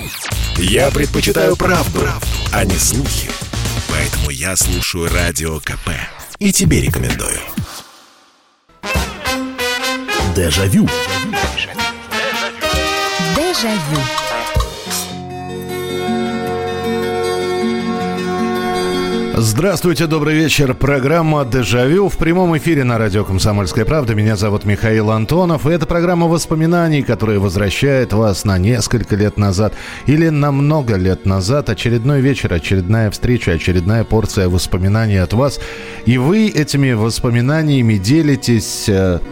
Я предпочитаю правду, а не слухи. Поэтому я слушаю Радио КП. И тебе рекомендую. Дежавю. Дежавю. Здравствуйте, добрый вечер. Программа «Дежавю» в прямом эфире на радио «Комсомольская правда». Меня зовут Михаил Антонов. И это программа воспоминаний, которая возвращает вас на несколько лет назад или на много лет назад. Очередной вечер, очередная встреча, очередная порция воспоминаний от вас. И вы этими воспоминаниями делитесь...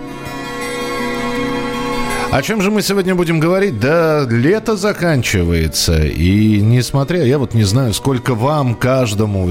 О чем же мы сегодня будем говорить? Да, лето заканчивается, и несмотря, я вот не знаю, сколько вам, каждому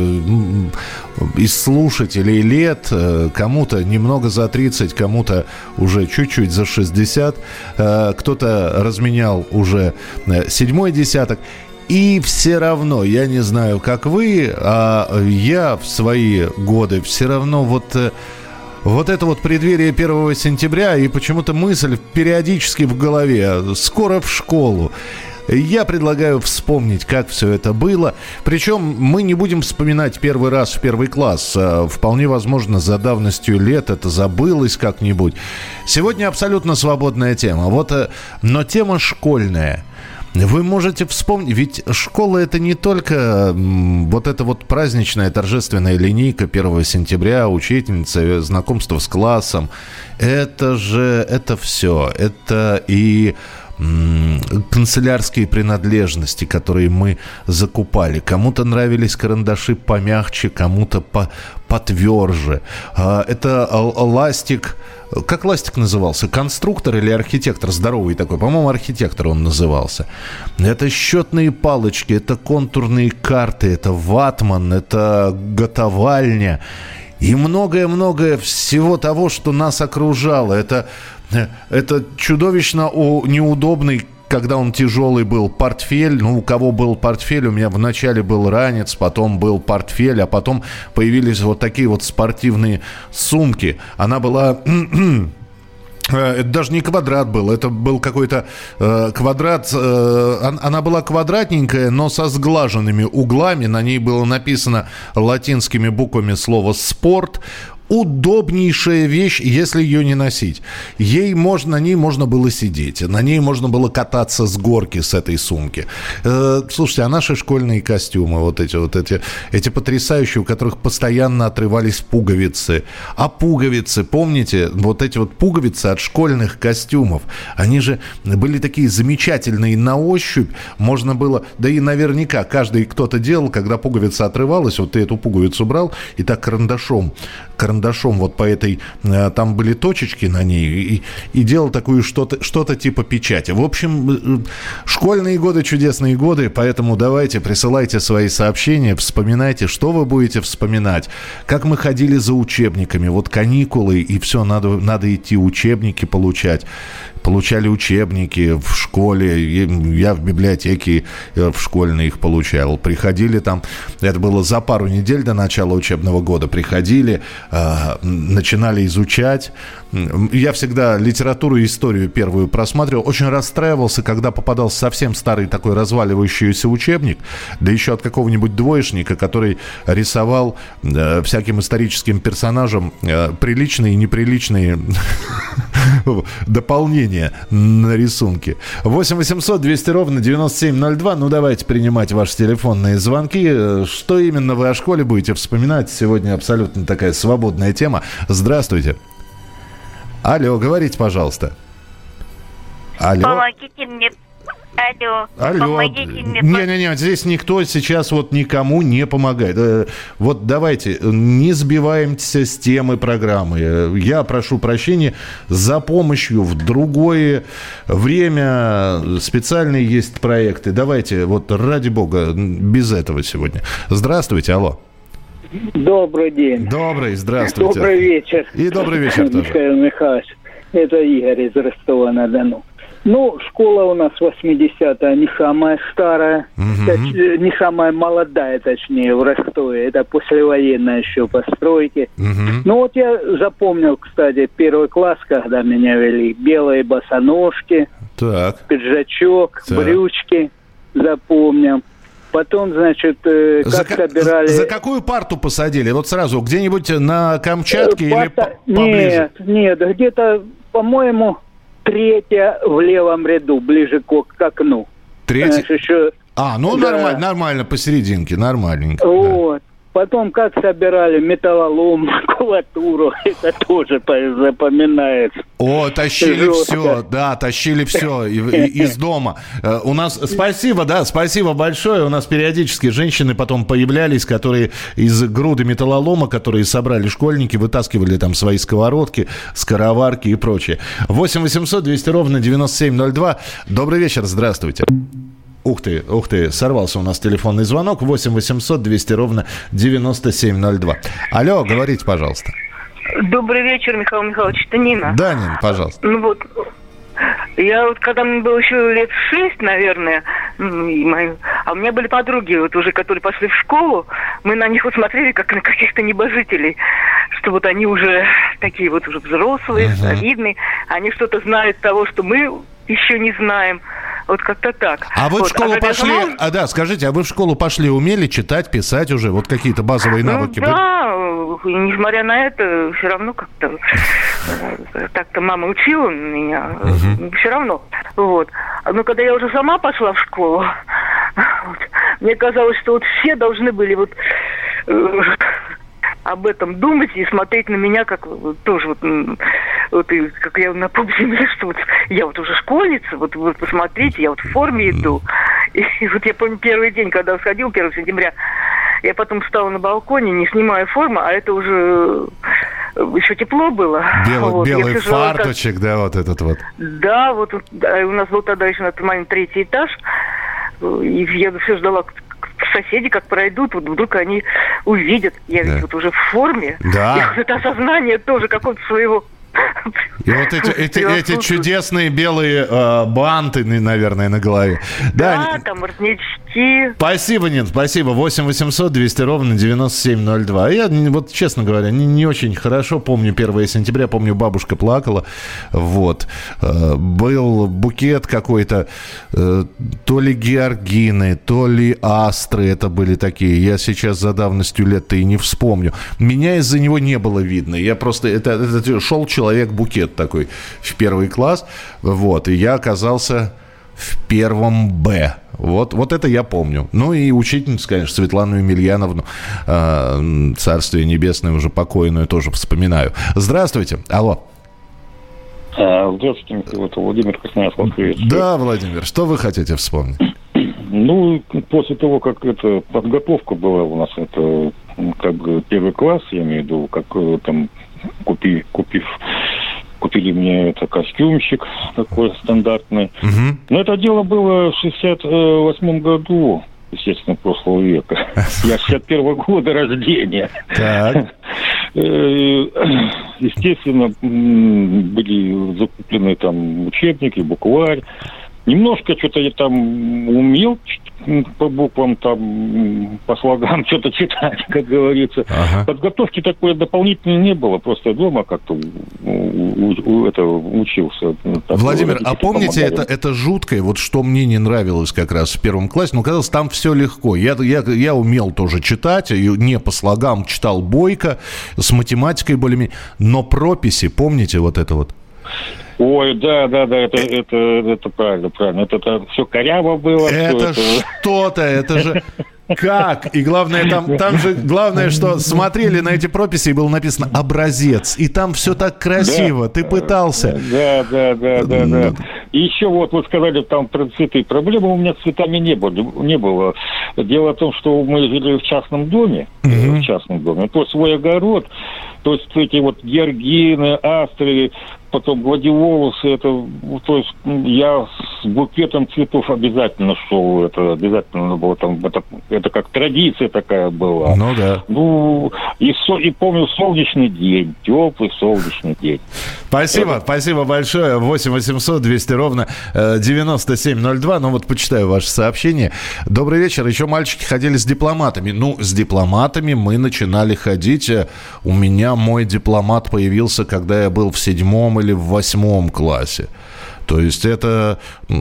из слушателей лет, кому-то немного за 30, кому-то уже чуть-чуть за 60, кто-то разменял уже 7-й десяток. И все равно, я не знаю, как вы, а я в свои годы все равно вот это вот преддверие 1 сентября, и почему-то мысль периодически в голове: скоро в школу. Я предлагаю вспомнить, как все это было. Причем мы не будем вспоминать первый раз в первый класс. Вполне возможно, за давностью лет это забылось как-нибудь. Сегодня абсолютно свободная тема. Но тема школьная. Вы можете вспомнить, ведь школа — это не только вот эта вот праздничная торжественная линейка 1 сентября, учительница, знакомство с классом. Это все. Это и канцелярские принадлежности, которые мы закупали. Кому-то нравились карандаши помягче, кому-то потверже. Это ластик. Как ластик назывался? Конструктор или архитектор? Здоровый такой. По-моему, архитектор он назывался. Это счетные палочки, это контурные карты, это ватман, это готовальня. И многое-многое всего того, что нас окружало. Это чудовищно неудобный, когда он тяжелый был, портфель. У кого был портфель, у меня вначале был ранец, потом был портфель, а потом появились вот такие вот спортивные сумки. Она была... Это даже не квадрат был, это был какой-то квадрат. Она была квадратненькая, но со сглаженными углами. На ней было написано латинскими буквами слово «спорт». Удобнейшая вещь, если ее не носить. На ней можно было сидеть, на ней можно было кататься с горки с этой сумки. Слушайте, а наши школьные костюмы, эти потрясающие, у которых постоянно отрывались пуговицы. А пуговицы, помните, вот эти вот пуговицы от школьных костюмов, они же были такие замечательные на ощупь. Можно было, да и наверняка каждый кто-то делал, когда пуговица отрывалась, вот ты эту пуговицу брал и так карандашом вот по этой, там были точечки на ней, и делал такую что-то типа печати. В общем, школьные годы, чудесные годы, поэтому давайте, присылайте свои сообщения, вспоминайте, что вы будете вспоминать, как мы ходили за учебниками, вот каникулы, и все, надо идти учебники получать. Получали учебники в школе, я в библиотеке в школьной их получал. Приходили там, это было за пару недель до начала учебного года, приходили, начинали изучать. Я всегда литературу и историю первую просматривал. Очень расстраивался, когда попадался совсем старый такой разваливающийся учебник, да еще от какого-нибудь двоечника, который рисовал всяким историческим персонажам приличные и неприличные дополнения на рисунке. 8 800 200 ровно 9702. Давайте принимать ваши телефонные звонки. Что именно вы о школе будете вспоминать? Сегодня абсолютно такая свободная тема. Здравствуйте. Алло, говорите, пожалуйста. Алло. Помогите мне. Алло. Помогите мне. Не, здесь никто сейчас никому не помогает. Вот давайте, не сбиваемся с темы программы. Я прошу прощения за помощью в другое время. Специальные есть проекты. Давайте, ради бога, без этого сегодня. Здравствуйте, алло. Добрый день. Добрый, здравствуйте. Добрый вечер. И добрый вечер тоже. Михаил Михайлович, это Игорь из Ростова-на-Дону. Школа у нас 80-я, не самая старая, не самая молодая, точнее, в Ростове. Это послевоенная еще постройки. Я запомнил, кстати, 1 класс, когда меня вели. Белые босоножки, так. пиджачок, так. брючки. запомним. Потом, значит, собирали... За какую парту посадили? Вот сразу, где-нибудь на Камчатке или поближе? Нет, где-то, по-моему, третья в левом ряду, ближе к окну. Третья? Значит, еще... Нормально, посерединке, нормальненько. Вот. Да. Потом, как собирали металлолом, макулатуру, это тоже запоминается. Тащили все, тащили все из дома. У нас, спасибо большое. У нас периодически женщины потом появлялись, которые из груды металлолома, которые собрали школьники, вытаскивали там свои сковородки, скороварки и прочее. 8 800 200 ровно 9702. Добрый вечер, здравствуйте. Ух ты, сорвался у нас телефонный звонок. 8 800 200 ровно 9702. Алло, говорите, пожалуйста. Добрый вечер, Михаил Михайлович, это Нина. Да, Нина, пожалуйста. Я когда мне было еще лет 6, наверное, а у меня были подруги, уже, которые пошли в школу, мы на них смотрели, как на каких-то небожителей, что они уже такие уже взрослые, солидные, они что-то знают того, что мы еще не знаем. Вот как-то так. А вы в школу пошли... скажите, а вы в школу пошли, умели читать, писать уже? Вот какие-то базовые навыки? Да, и несмотря на это, все равно как-то... Так-то мама учила меня, все равно. Но когда я уже сама пошла в школу, мне казалось, что все должны были об этом думать и смотреть на меня как тоже как я на полземле, что я уже школьница, посмотрите, я в форме иду. И я помню первый день, когда сходил, 1 сентября, я потом встала на балконе, не снимая форму, а это уже еще тепло было. Белый фарточек, этот вот. Да, у нас был тогда еще на тот момент 3-й этаж, и я все ждала, соседи как пройдут, вдруг они увидят, я ведь уже в форме. Да. И это осознание тоже какого-то своего... И эти чудесные белые банты, наверное, на голове. Да, там воротнички. Спасибо, Нин, спасибо. 8 800 200 ровно 9702. Я, честно говоря, не очень хорошо помню 1 сентября. Помню, бабушка плакала. Был букет какой-то, то ли георгины, то ли астры. Это были такие. Я сейчас за давностью лет-то и не вспомню. Меня из-за него не было видно. Я просто... Это шел человек-букет такой в 1 класс, и я оказался в 1 Б. Вот это я помню. Ну и учительницу, конечно, Светлану Емельяновну, царствие небесное, уже покойную, тоже вспоминаю. Здравствуйте. Алло. Здравствуйте, это Владимир Красноярск. Да, Владимир, что вы хотите вспомнить? После того, как эта подготовка была у нас, это 1 класс, я имею в виду, как там купили мне костюмчик такой стандартный. Но это дело было в 68 году, естественно, прошлого века. Я 61 года рождения. Так. Естественно, были закуплены там учебники, букварь. Немножко что-то я там умел по буквам, там, по слогам что-то читать, как говорится. Ага. Подготовки такой дополнительной не было. Просто дома как-то учился. Владимир, а помните, это жуткое, что мне не нравилось как раз в 1 классе, казалось, там все легко. Я умел тоже читать, не по слогам, читал бойко, с математикой более-менее, но прописи, помните это? Ой, да, это правильно. Это все коряво было. Это что-то, это же... Как? И главное, там же главное, что смотрели на эти прописи, и было написано «образец». И там все так красиво. Ты пытался. Да. И еще вы сказали, там про цветы. Проблемы у меня с цветами не было. Дело в том, что мы жили в частном доме. То свой огород, то есть эти георгины, астры, потом гладиолусы, то есть я с букетом цветов обязательно шел, это обязательно было там, это как традиция такая была. Ну да. И помню солнечный день, теплый солнечный день. Спасибо большое. 8 800 200 ровно 9702. Почитаю ваше сообщение. Добрый вечер. Еще мальчики ходили с дипломатами. С дипломатами мы начинали ходить. У меня мой дипломат появился, когда я был в 7 или в 8 классе. То есть это,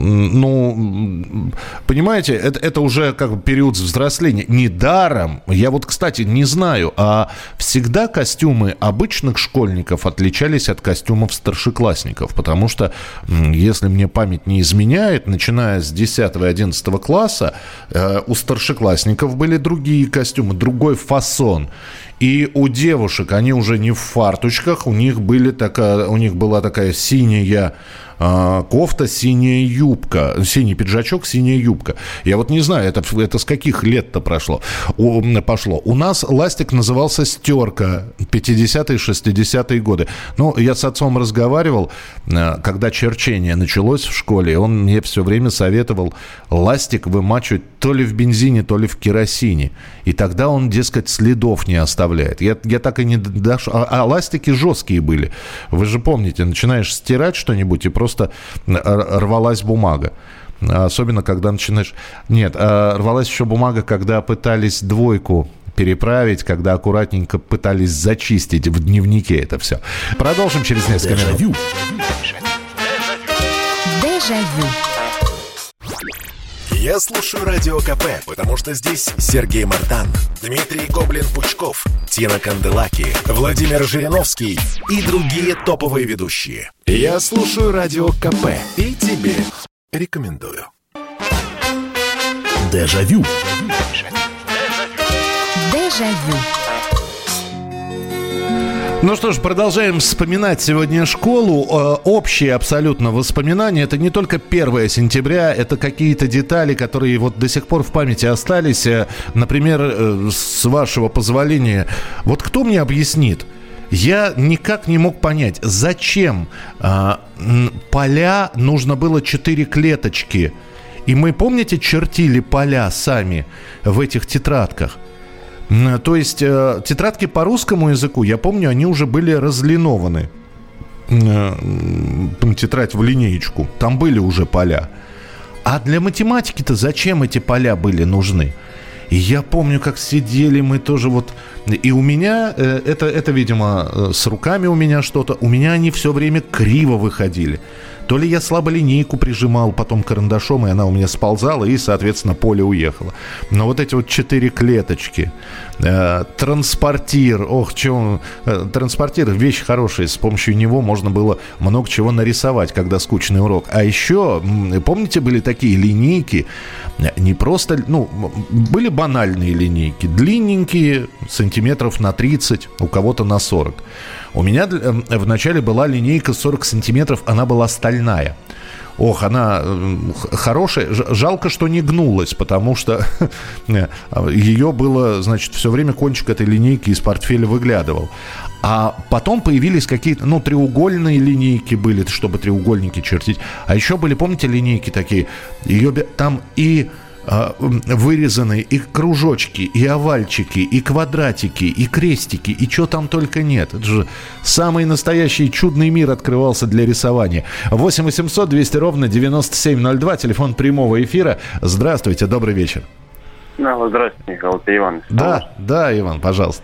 понимаете, это уже как бы период взросления. Недаром, я вот, кстати, не знаю, а всегда костюмы обычных школьников отличались от костюмов старшеклассников, потому что, если мне память не изменяет, начиная с 10-11 класса, у старшеклассников были другие костюмы, другой фасон. И у девушек, они уже не в фарточках, у них была такая синяя кофта, синяя юбка, синий пиджачок, синяя юбка. Я вот не знаю, это с каких лет-то пошло. У нас ластик назывался «Стерка», 50-е, 60-е годы. Я с отцом разговаривал, когда черчение началось в школе, он мне все время советовал ластик вымачивать то ли в бензине, то ли в керосине. И тогда он, дескать, следов не оставляет. Я так и не дошел. А ластики жесткие были. Вы же помните, начинаешь стирать что-нибудь, и просто рвалась бумага. Особенно, когда начинаешь... Нет, рвалась еще бумага, когда пытались двойку переправить, когда аккуратненько пытались зачистить в дневнике это все. Продолжим через несколько минут. Дежавю. Я слушаю Радио КП, потому что здесь Сергей Мартан, Дмитрий Гоблин-Пучков, Тина Канделаки, Владимир Жириновский и другие топовые ведущие. Я слушаю Радио КП и тебе рекомендую. Дежавю. Дежавю. Ну что ж, продолжаем вспоминать сегодня школу. Общие абсолютно воспоминания. Это не только 1 сентября, это какие-то детали, которые вот до сих пор в памяти остались. Например, с вашего позволения, вот кто мне объяснит? Я никак не мог понять, зачем поля нужно было 4 клеточки. И мы, помните, чертили поля сами в этих тетрадках. То есть тетрадки по русскому языку, я помню, они уже были разлинованы. Тетрадь в линеечку. Там были уже поля. А для математики-то зачем эти поля были нужны? И я помню, как сидели мы тоже вот... И у меня, это, видимо, с руками у меня что-то, у меня они все время криво выходили. То ли я слабо линейку прижимал потом карандашом, и она у меня сползала, и, соответственно, поле уехало. Но вот эти вот 4 клеточки, транспортир, транспортир, вещь хорошая, с помощью него можно было много чего нарисовать, когда скучный урок. А еще, помните, были такие линейки, не просто, были банальные линейки, длинненькие, сантиметров на 30, у кого-то на 40. У меня вначале была линейка 40 сантиметров, она была стальная. Она хорошая. Жалко, что не гнулась, потому что ее было, значит, все время кончик этой линейки из портфеля выглядывал. А потом появились какие-то, треугольные линейки были, чтобы треугольники чертить. А еще были, помните, линейки такие? Там и... вырезаны и кружочки, и овальчики, и квадратики, и крестики, и чего там только нет. Это же самый настоящий чудный мир открывался для рисования. 8 800 200 ровно 9702, телефон прямого эфира. Здравствуйте, добрый вечер. Здравствуйте, Михаил, это Иван. Да, Иван, пожалуйста.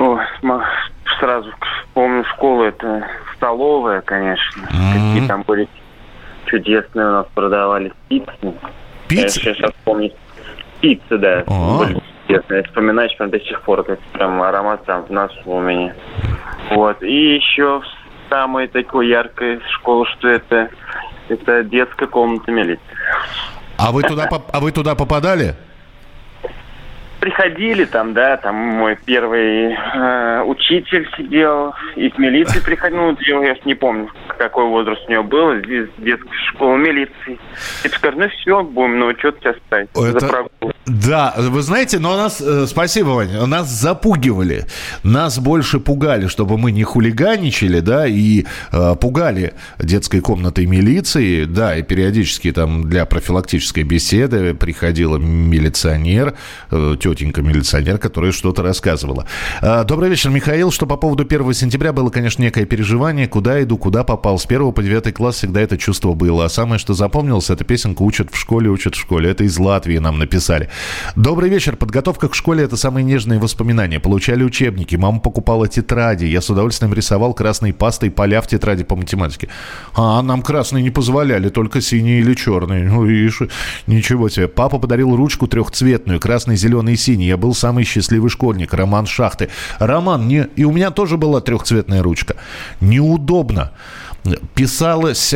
Сразу помню школу, это столовая, конечно. Какие там были чудесные у нас продавались пиццы. Я сейчас помню. Пицца, да. Интересно. Вспоминаешь прям до сих пор. Это прям аромат там в носу у меня. Вот. И еще самая такая яркая школа, что это детская комната милиции. А вы туда попадали? Приходили там, да, там мой первый учитель сидел, из милиции приходил, я не помню, какой возраст у него был, из детской школы милиции. И сказали, все, будем на учет тебя ставить за прогулку. Да, вы знаете, но нас, спасибо, Ваня, нас запугивали, нас больше пугали, чтобы мы не хулиганичали, да, и пугали детской комнатой милиции, да, и периодически там для профилактической беседы приходила милиционер, тетенька-милиционер, которая что-то рассказывала. Добрый вечер, Михаил. Что по поводу 1 сентября было, конечно, некое переживание. Куда иду, куда попал. С 1 по 9 класс всегда это чувство было. А самое, что запомнилось, это песенка «Учат в школе». Это из Латвии нам написали. Добрый вечер. Подготовка к школе – это самые нежные воспоминания. Получали учебники, мама покупала тетради. Я с удовольствием рисовал красной пастой поля в тетради по математике. А нам красные не позволяли, только синие или черные. Ну, видишь, ничего себе. Папа подарил ручку трехцветную, красный, зеленый и синий. Я был самый счастливый школьник. Роман Шахты. Роман, и у меня тоже была трехцветная ручка. Неудобно. Писалось,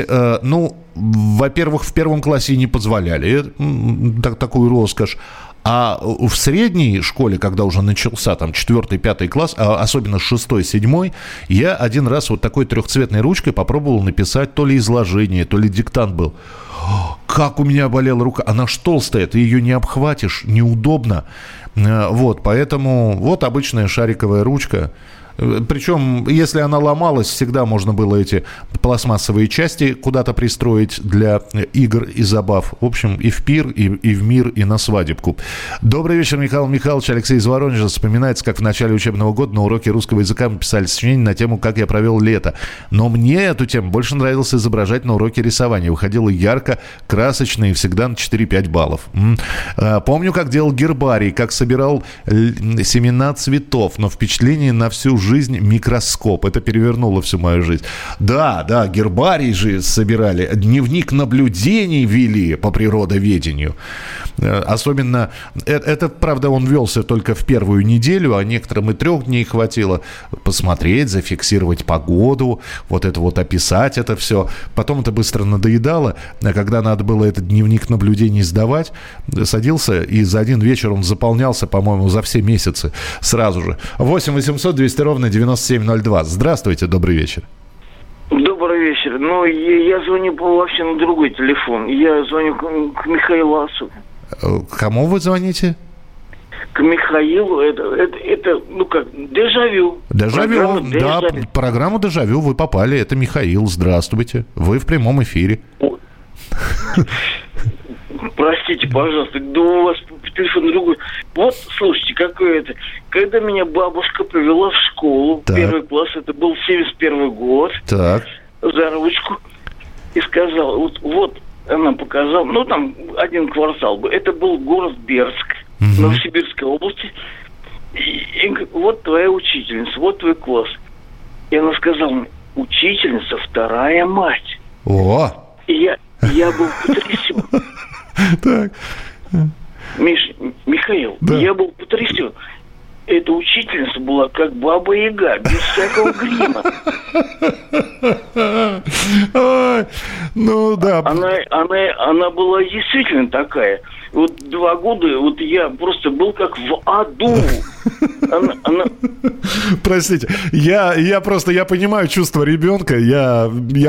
во-первых, в первом классе не позволяли такую роскошь. А в средней школе, когда уже начался там 4-5 класс, особенно 6-7, я один раз вот такой трехцветной ручкой попробовал написать то ли изложение, то ли диктант был. Как у меня болела рука. Она ж толстая, ты ее не обхватишь, неудобно. Вот, поэтому вот обычная шариковая ручка. Причем, если она ломалась, всегда можно было эти пластмассовые части куда-то пристроить для игр и забав. В общем, и в пир, и в мир, и на свадебку. Добрый вечер, Михаил Михайлович. Алексей из Воронежа. Вспоминается, как в начале учебного года на уроке русского языка мы писали сочинение на тему «Как я провел лето». Но мне эту тему больше нравилось изображать на уроке рисования. Выходило ярко, красочно и всегда на 4-5 баллов. Помню, как делал гербарий, как собирал семена цветов, но впечатление на всю жизнь микроскоп. Это перевернуло всю мою жизнь. Да, гербарий же собирали. Дневник наблюдений вели по природоведению. Особенно, это, правда, он велся только в первую неделю, а некоторым и 3 дней хватило посмотреть, зафиксировать погоду, вот это вот описать это все. Потом это быстро надоедало, а когда надо было этот дневник наблюдений сдавать, садился, и за один вечер он заполнялся, по-моему, за все месяцы сразу же. 8 800 200 ровно 9702. Здравствуйте, добрый вечер. Добрый вечер. Я звоню вообще на другой телефон. Я звоню к Михаилу Асу. Кому вы звоните? К Михаилу. Это дежавю. Дежавю, да, программу «Дежавю» вы попали. Это Михаил, здравствуйте. Вы в прямом эфире. Простите, пожалуйста, да у вас телефон другой. Вот, слушайте, какое-то. Когда меня бабушка привела в школу, так. Первый класс, это был 71 год, так. За ручку, и сказала, вот она показала, там один квартал, это был город Бердск, Новосибирской области, и вот твоя учительница, вот твой класс. И она сказала мне, учительница, вторая мать. О! И я был потрясен. Так. Михаил, да. Я был потрясен. Эта учительница была как Баба-Яга, без всякого грима. Да. Она была действительно такая. Вот 2 года, я просто был как в аду. Простите, я понимаю чувство ребенка, я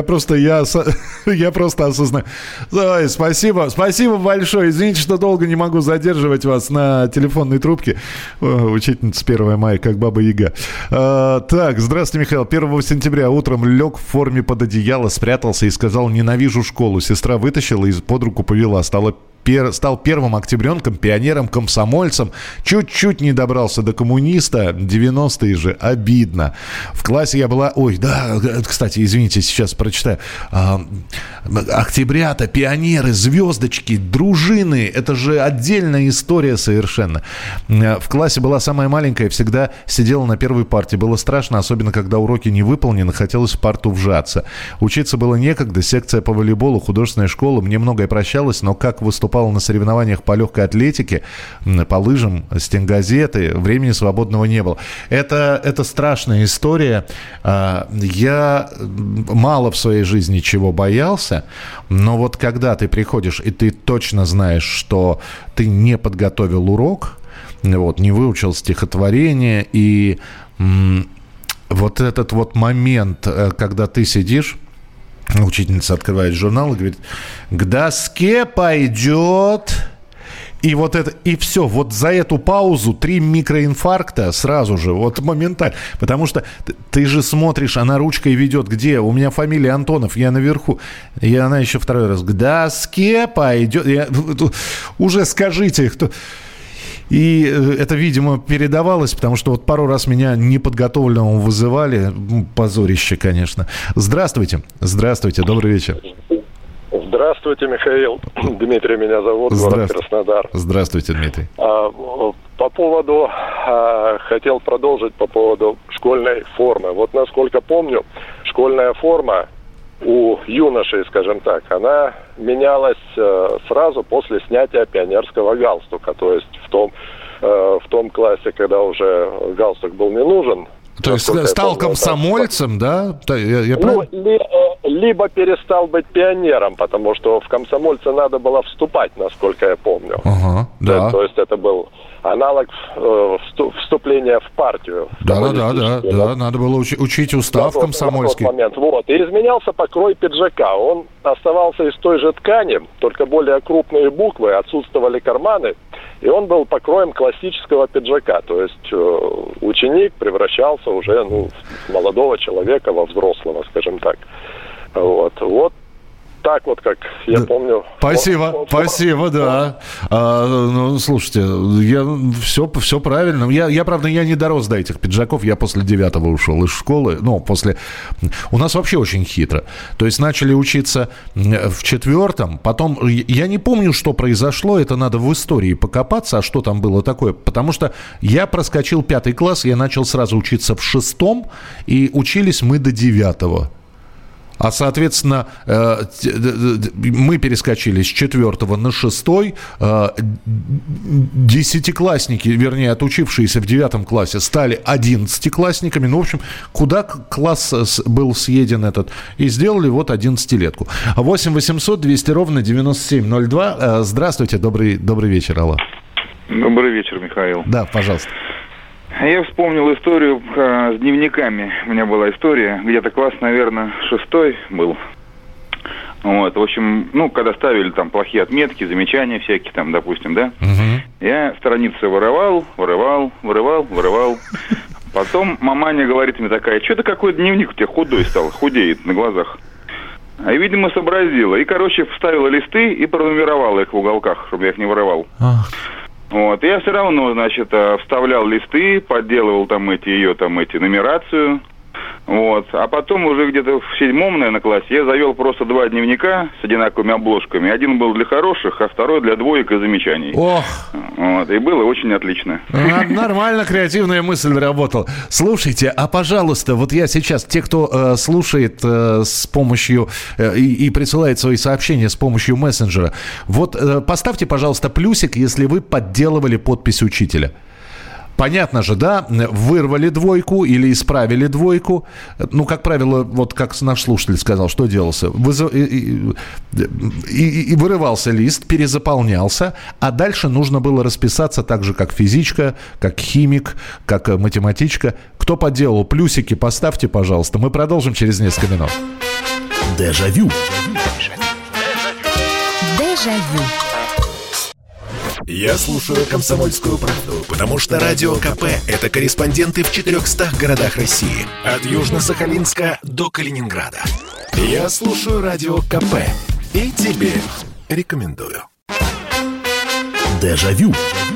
просто осознаю. Ой, спасибо большое. Извините, что долго не могу задерживать вас на телефонной трубке. Учительница 1 мая, как Баба-Яга. Так, здравствуйте, Михаил. 1 сентября утром лег в форме под одеяло, спрятался и сказал: ненавижу школу. Сестра вытащила и под руку повела. Стал первым октябренком, пионером, комсомольцем. Чуть-чуть не добрался до коммуниста. 90-е же. Обидно. В классе я была... Ой, да, кстати, извините, сейчас прочитаю. Октябрята, пионеры, звездочки, дружины. Это же отдельная история совершенно. В классе была самая маленькая, всегда сидела на первой парте. Было страшно, особенно когда уроки не выполнены, хотелось в парту вжаться. Учиться было некогда. Секция по волейболу, художественная школа. Мне многое прощалось, но как выступал на соревнованиях по легкой атлетике, по лыжам, стенгазеты, времени свободного не было. Это страшная история. Я мало в своей жизни чего боялся, но вот когда ты приходишь, и ты точно знаешь, что ты не подготовил урок, не выучил стихотворение, и вот этот вот момент, когда ты сидишь, учительница открывает журнал и говорит: к доске пойдет. И вот это, и все. Вот за эту паузу 3 микроинфаркта сразу же, моментально. Потому что ты же смотришь, она ручкой ведет. Где? У меня фамилия Антонов, я наверху. И она еще 2 раз: к доске пойдет. Уже скажите, кто... И это, видимо, передавалось, потому что пару раз меня неподготовленного вызывали. Позорище, конечно. Здравствуйте, добрый вечер. Здравствуйте, Михаил. Дмитрий меня зовут, город Краснодар. Здравствуйте, Дмитрий. По поводу, хотел продолжить по поводу школьной формы. Вот насколько помню, школьная форма у юношей, скажем так, она менялась сразу после снятия пионерского галстука. То есть в том классе, когда уже галстук был не нужен. То есть стал комсомольцем, да? Либо перестал быть пионером, потому что в комсомольце надо было вступать, насколько я помню. Ага, да. То есть это был аналог вступления в партию. Да, надо было учить устав комсомольский. Вот, и изменялся покрой пиджака. Он оставался из той же ткани, только более крупные буквы, отсутствовали карманы, и он был покроем классического пиджака. То есть ученик превращался уже в молодого человека, во взрослого, скажем так. Вот так вот, как я помню. Спасибо, да. Слушайте, все правильно. Я, правда, не дорос до этих пиджаков. Я после 9-го ушел из школы. У нас вообще очень хитро. То есть начали учиться в 4-м. Потом, я не помню, что произошло. Это надо в истории покопаться, а что там было такое. Потому что я проскочил 5-й класс, я начал сразу учиться в 6-м. И учились мы до 9-го. А, соответственно, мы перескочили с 4-го на 6-й. 10-классники, вернее, отучившиеся в 9 классе, стали 11-классниками. В общем, куда класс был съеден этот? И сделали 11-летку. 8 800 200 ровно 9702. Здравствуйте, добрый вечер, алло. Добрый вечер, Михаил. Да, пожалуйста. Я вспомнил историю с дневниками. У меня была история, где-то класс, наверное, 6-й был. В общем, когда ставили там плохие отметки, замечания всякие там, допустим, да? Угу. Я страницы вырывал. Потом маманя говорит мне такая: что-то какой дневник у тебя худой стал, худеет на глазах. А, видимо, сообразила. И, вставила листы и пронумеровала их в уголках, чтобы я их не вырывал. Я все равно, вставлял листы, подделывал ее нумерацию. А потом уже где-то в 7-м, наверное, классе я завел просто 2 дневника с одинаковыми обложками. Один был для хороших, а второй для двоек и замечаний. Ох! И было очень отлично. Нормально, креативная мысль работала. Слушайте, а пожалуйста, я сейчас, те, кто слушает с помощью и присылает свои сообщения с помощью мессенджера, поставьте, пожалуйста, плюсик, если вы подделывали подпись учителя. Понятно же, да, вырвали 2 или исправили 2. Как правило, как наш слушатель сказал, что делался? И вырывался лист, перезаполнялся, а дальше нужно было расписаться так же, как физичка, как химик, как математичка. Кто подделал? Плюсики поставьте, пожалуйста. Мы продолжим через несколько минут. Дежавю. Я слушаю «Комсомольскую правду», потому что Радио КП – это корреспонденты в 400 городах России. От Южно-Сахалинска до Калининграда. Я слушаю Радио КП и тебе рекомендую. Дежавю.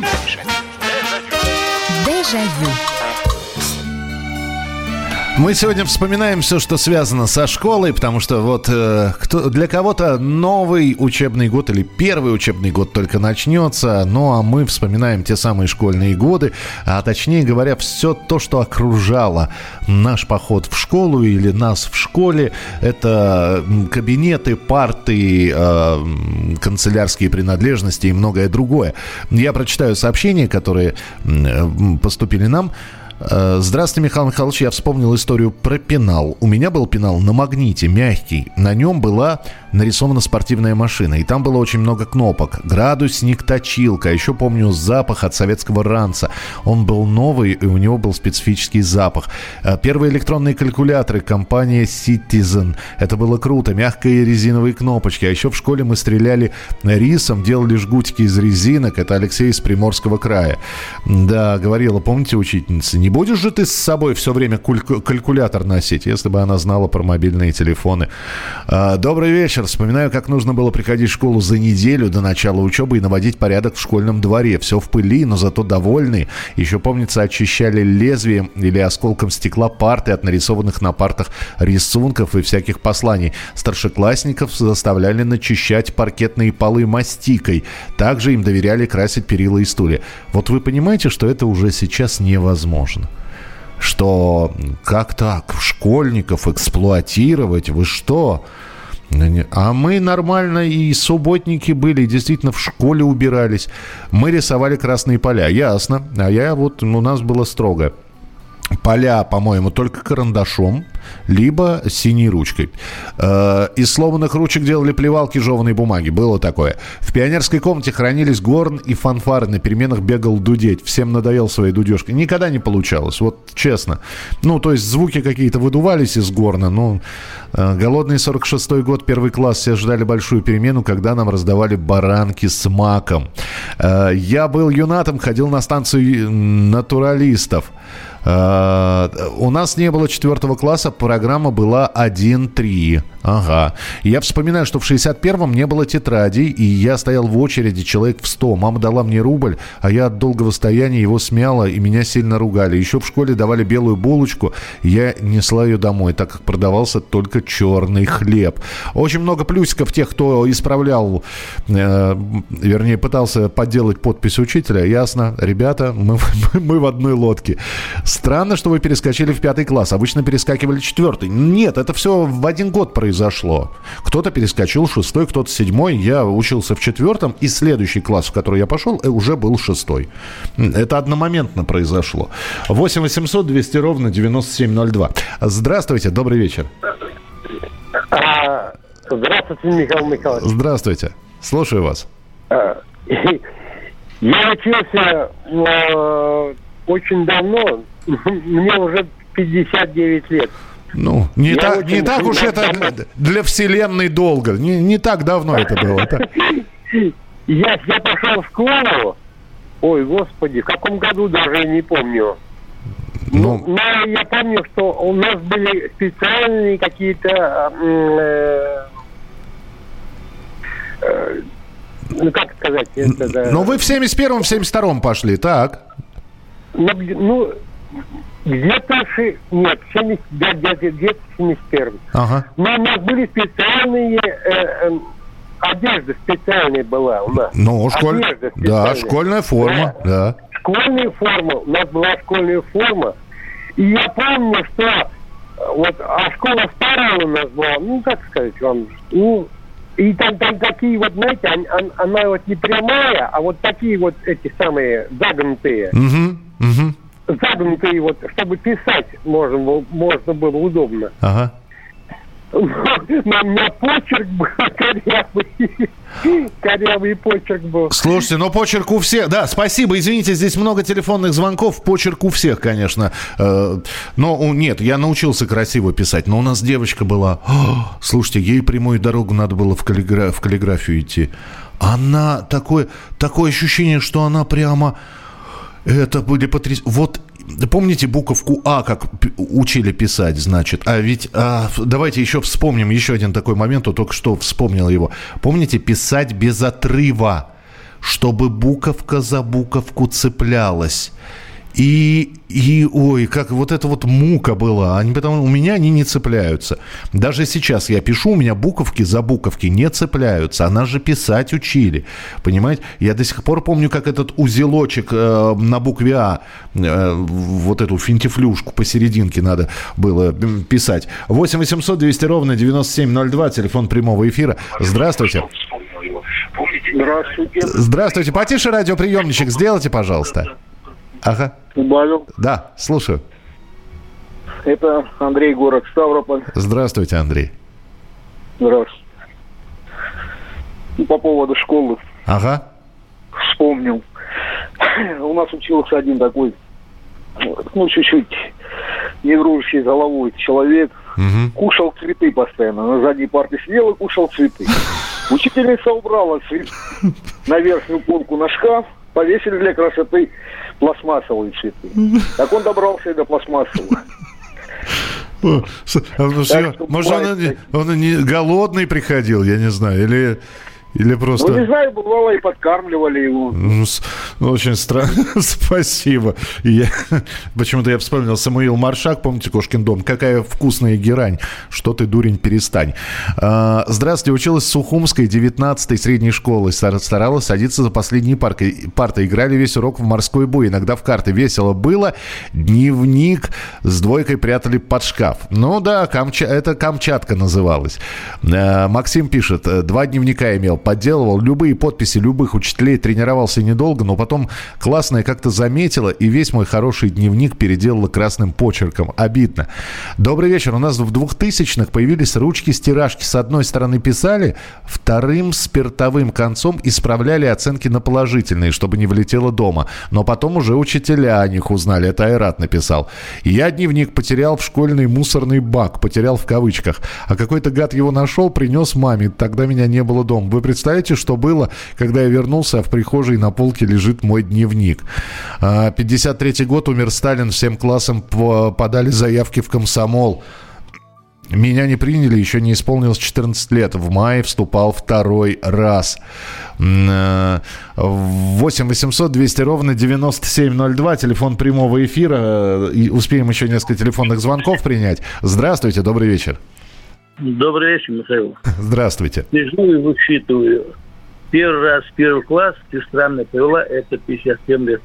Мы сегодня вспоминаем все, что связано со школой, потому что для кого-то новый учебный год или первый учебный год только начнется, а мы вспоминаем те самые школьные годы, а точнее говоря, все то, что окружало наш поход в школу или нас в школе. Это кабинеты, парты, канцелярские принадлежности и многое другое. Я прочитаю сообщения, которые поступили нам. Здравствуйте, Михаил Михайлович. Я вспомнил историю про пенал. У меня был пенал на магните, мягкий. На нем была нарисована спортивная машина. И там было очень много кнопок. Градусник, точилка. Еще помню запах от советского ранца. Он был новый, и у него был специфический запах. Первые электронные калькуляторы. Компания Citizen. Это было круто. Мягкие резиновые кнопочки. А еще в школе мы стреляли рисом, делали жгутики из резинок. Это Алексей из Приморского края. Да, говорила, помните, учительница, не Не будешь же ты с собой все время калькулятор носить, если бы она знала про мобильные телефоны. Добрый вечер. Вспоминаю, как нужно было приходить в школу за неделю до начала учебы и наводить порядок в школьном дворе. Все в пыли, но зато довольные. Еще, помнится, очищали лезвием или осколком стекла парты от нарисованных на партах рисунков и всяких посланий. Старшеклассников заставляли начищать паркетные полы мастикой. Также им доверяли красить перила и стулья. Вот вы понимаете, что это уже сейчас невозможно. Что как так школьников эксплуатировать? Вы что? А мы нормально и субботники были, и действительно в школе убирались. Мы рисовали красные поля, ясно. А у нас было строго. Поля, по-моему, только карандашом, либо синей ручкой. Из сломанных ручек делали плевалки жеваной бумаги. Было такое. В пионерской комнате хранились горн и фанфары. На переменах бегал дудеть. Всем надоел своей дудежкой. Никогда не получалось. Вот честно. То есть звуки какие-то выдувались из горна. Голодный 46-й год, 1 класс. Все ждали большую перемену, когда нам раздавали баранки с маком. Я был юнатом, ходил на станцию натуралистов. У нас не было 4 класса, программа была 1-3. Ага. Я вспоминаю, что в 61-м не было тетрадей, и я стоял в очереди человек в 100. Мама дала мне рубль, а я от долгого стояния его смяла, и меня сильно ругали. Еще в школе давали белую булочку, я несла ее домой, так как продавался только черный хлеб. Очень много плюсиков тех, кто исправлял, пытался подделать подпись учителя. Ясно, ребята, мы в одной лодке. Странно, что вы перескочили в 5 класс. Обычно перескакивали 4. Нет, это все в один год произошло. Кто-то перескочил 6, кто-то 7. Я учился в 4, и следующий класс, в который я пошел, уже был 6. Это одномоментно произошло. 8 800 200 ровно 9702. Здравствуйте, добрый вечер. Здравствуйте, Михаил Михайлович. Здравствуйте, слушаю вас. Я учился очень давно. Мне уже 59 лет. Не так уж это для Вселенной долго. Не так давно это было. Я пошел в школу. Ой, господи, в каком году даже не помню. Но я помню, что у нас были специальные какие-то... как сказать? Вы в 71-м, в 72-м пошли, так? Где-то нет, где-то 71. Ага. Но у нас были специальные одежда специальная была у нас. Школьная форма, да. Школьная форма, у нас была школьная форма. И я помню, что школа старая у нас была, как сказать вам, и там такие знаете, она не прямая, а такие эти самые загнутые. Загнутые, чтобы писать можно было удобно. Ага. Но у меня почерк был корявый почерк был. Слушайте, почерк у всех. Да, спасибо, извините, здесь много телефонных звонков. Почерк у всех, конечно. Нет, я научился красиво писать. Но у нас девочка была. Слушайте, ей прямую дорогу надо было в каллиграфию идти. Она такое ощущение, что она прямо... Это были потрясающе. Помните буковку А, как учили писать, значит? Давайте еще вспомним еще один такой момент, только что вспомнил его. Помните, писать без отрыва, чтобы буковка за буковку цеплялась. Ой, как эта мука была. У меня они не цепляются. Даже сейчас я пишу, у меня буковки за буковки не цепляются. А нас же писать учили. Понимаете? Я до сих пор помню, как этот узелочек на букве А, эту финтифлюшку посерединке надо было писать. 8 800 200 ровно 9702, телефон прямого эфира. Здравствуйте. Здравствуйте. Потише радиоприемничек сделайте, пожалуйста. Ага. Убавил. Да, слушаю. Это Андрей, город Ставрополь. Здравствуйте, Андрей. Здравствуйте. По поводу школы. Ага. Вспомнил. У нас учился один такой, чуть-чуть не дружащий головой человек. Угу. Кушал цветы постоянно. На задней парте сидел и кушал цветы. Учительница убрала цветы на верхнюю полку на шкаф. повесили для красоты пластмассовые цветы. Так он добрался и до пластмассовых. Может, он не голодный приходил, я не знаю, или просто... Ну, не знаю, бывало, и подкармливали его. Очень странно. Спасибо. Почему-то я вспомнил Самуил Маршак, помните «Кошкин дом»? Какая вкусная герань. Что ты, дурень, перестань. Здравствуйте. Училась в Сухумской 19-й средней школы. Старалась садиться за последней партой. Играли весь урок в морской бой. Иногда в карты. Весело было. Дневник с двойкой прятали под шкаф. Ну да, это Камчатка называлась. Максим пишет. 2 дневника имел. Подделывал любые подписи любых учителей, тренировался недолго, но потом классная как-то заметила, и весь мой хороший дневник переделала красным почерком. Обидно. Добрый вечер. У нас в 2000-х появились ручки-стиражки. С одной стороны писали, вторым спиртовым концом исправляли оценки на положительные, чтобы не влетело дома. Но потом уже учителя о них узнали. Это Айрат написал. Я дневник потерял в школьный мусорный бак. Потерял в кавычках. А какой-то гад его нашел, принес маме. Тогда меня не было дома. Вы представляете, что было, когда я вернулся, а в прихожей на полке лежит мой дневник. 53-й год, умер Сталин, всем классам подали заявки в комсомол. Меня не приняли, еще не исполнилось 14 лет. В мае вступал 2-й раз. 8 800 200 ровно 9702, телефон прямого эфира. И успеем еще несколько телефонных звонков принять. Здравствуйте, добрый вечер. Добрый вечер, Михаил. Здравствуйте. Лежу и высчитываю. Первый раз, первый класс, сестра мне повела, это 57 лет.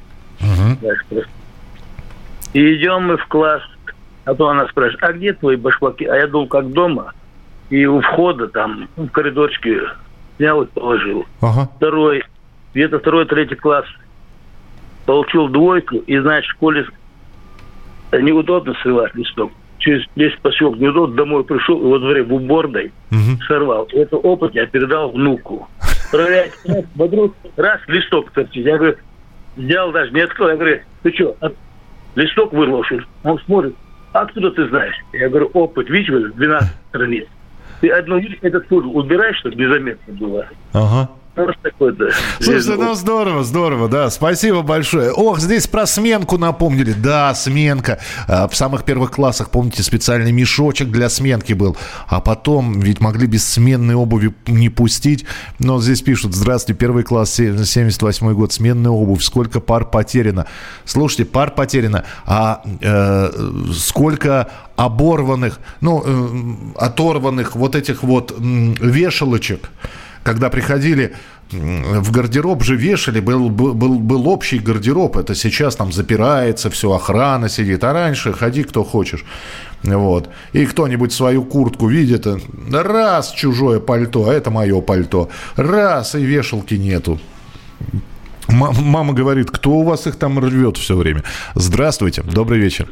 И идем мы в класс, а то она спрашивает, а где твои башмаки? А я думал, как дома. И у входа там, в коридорчике, снял и положил. Где-то 2-3 класс. Получил 2, и, значит, в школе неудобно срывать листок. Через весь поселок неудобно, домой пришел, и во дворе в уборной сорвал. Это опыт я передал внуку. Проверяет, вдруг раз, листок торчит. Я говорю, взял, даже не открыл. Я говорю, ты что, листок вырвал? Он смотрит, а откуда ты знаешь? Я говорю, опыт, видишь, 12 страниц. Ты одну этот фур убираешь, чтобы незаметно было. Слушайте, ну здорово, да, спасибо большое. Ох, здесь про сменку напомнили. Да, сменка. В самых первых классах, помните, специальный мешочек для сменки был. А потом ведь могли без сменной обуви не пустить. Но здесь пишут, здравствуйте, 1 класс, 78 год, сменная обувь. Сколько пар потеряно? Слушайте, пар потеряно. А сколько оборванных, оторванных вот этих вот вешалочек, когда приходили в гардероб, же вешали, был общий гардероб. Это сейчас там запирается, все, охрана сидит. А раньше ходи, кто хочешь. Вот. И кто-нибудь свою куртку видит, раз, чужое пальто, а это мое пальто. Раз, и вешалки нету. Мама говорит, кто у вас их там рвет все время? Здравствуйте, добрый вечер.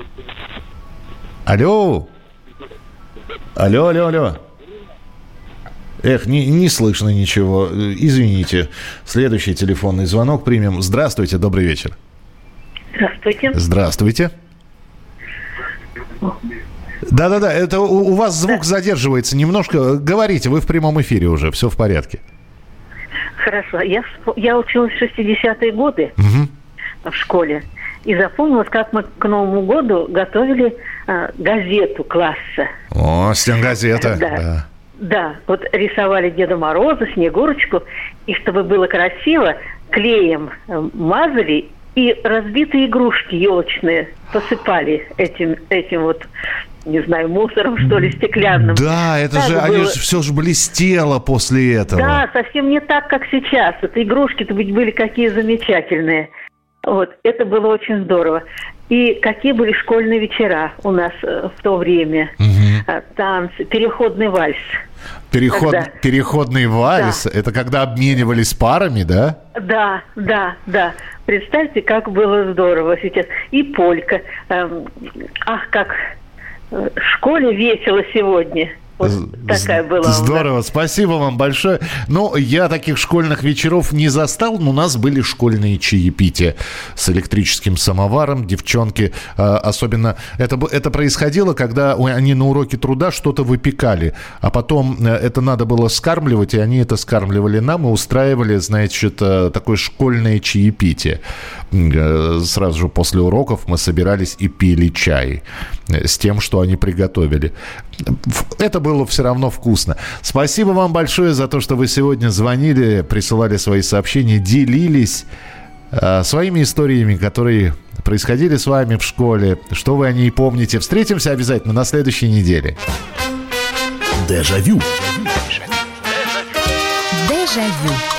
Алло. Эх, не слышно ничего. Извините. Следующий телефонный звонок примем. Здравствуйте, добрый вечер. Здравствуйте. Да, это у вас звук задерживается немножко. Говорите, вы в прямом эфире уже, все в порядке. Хорошо. Я училась в 60-е годы в школе. И запомнилось, как мы к Новому году готовили газету класса. О, стенгазета. Да, вот рисовали Деда Мороза, Снегурочку, и чтобы было красиво, клеем мазали и разбитые игрушки елочные посыпали этим вот, не знаю, мусором, что ли, стеклянным. Да, это так же, они все же блестело после этого. Да, совсем не так, как сейчас. Это игрушки-то ведь были какие замечательные. Вот, это было очень здорово. И какие были школьные вечера у нас в то время. Танцы, переходный вальс. Переходный вальс? Да. Это когда обменивались парами, да? Да. Представьте, как было здорово сейчас. И полька. Как в школе весело сегодня. Вот такая была. Здорово, спасибо вам большое. Ну, я таких школьных вечеров не застал, но у нас были школьные чаепития с электрическим самоваром. Девчонки, особенно это происходило, когда они на уроке труда что-то выпекали, а потом это надо было скармливать, и они это скармливали нам и устраивали, значит, такое школьное чаепитие. Сразу же после уроков мы собирались и пили чай с тем, что они приготовили. Это было все равно вкусно. Спасибо вам большое за то, что вы сегодня звонили, присылали свои сообщения, делились своими историями, которые происходили с вами в школе, что вы о ней помните. Встретимся обязательно на следующей неделе. Дежавю. Дежавю.